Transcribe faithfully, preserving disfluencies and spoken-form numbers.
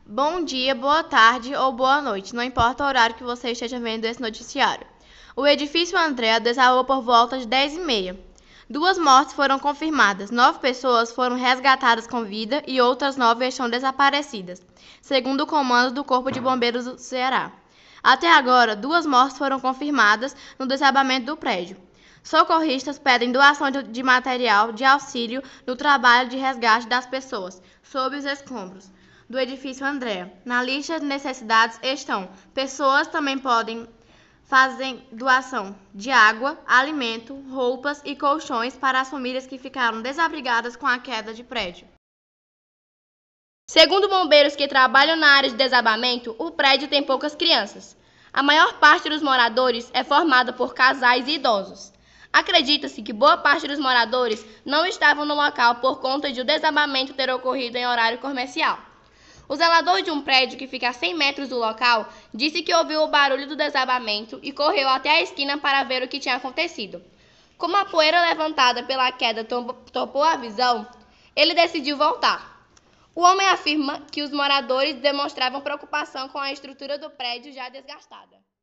Bom dia, boa tarde ou boa noite, não importa o horário que você esteja vendo esse noticiário. O edifício Andréa desabou por volta de dez e meia. Duas mortes foram confirmadas, nove pessoas foram resgatadas com vida e outras nove estão desaparecidas, segundo o comando do Corpo de Bombeiros do Ceará. Até agora, duas mortes foram confirmadas no desabamento do prédio. Socorristas pedem doação de material de auxílio no trabalho de resgate das pessoas sob os escombros do edifício Andréa. Na lista de necessidades estão pessoas também podem fazer doação de água, alimento, roupas e colchões para as famílias que ficaram desabrigadas com a queda de prédio. Segundo bombeiros que trabalham na área de desabamento, o prédio tem poucas crianças. A maior parte dos moradores é formada por casais e idosos. Acredita-se que boa parte dos moradores não estavam no local por conta de o desabamento ter ocorrido em horário comercial. O zelador de um prédio que fica a cem metros do local disse que ouviu o barulho do desabamento e correu até a esquina para ver o que tinha acontecido. Como a poeira levantada pela queda topou a visão, ele decidiu voltar. O homem afirma que os moradores demonstravam preocupação com a estrutura do prédio já desgastada.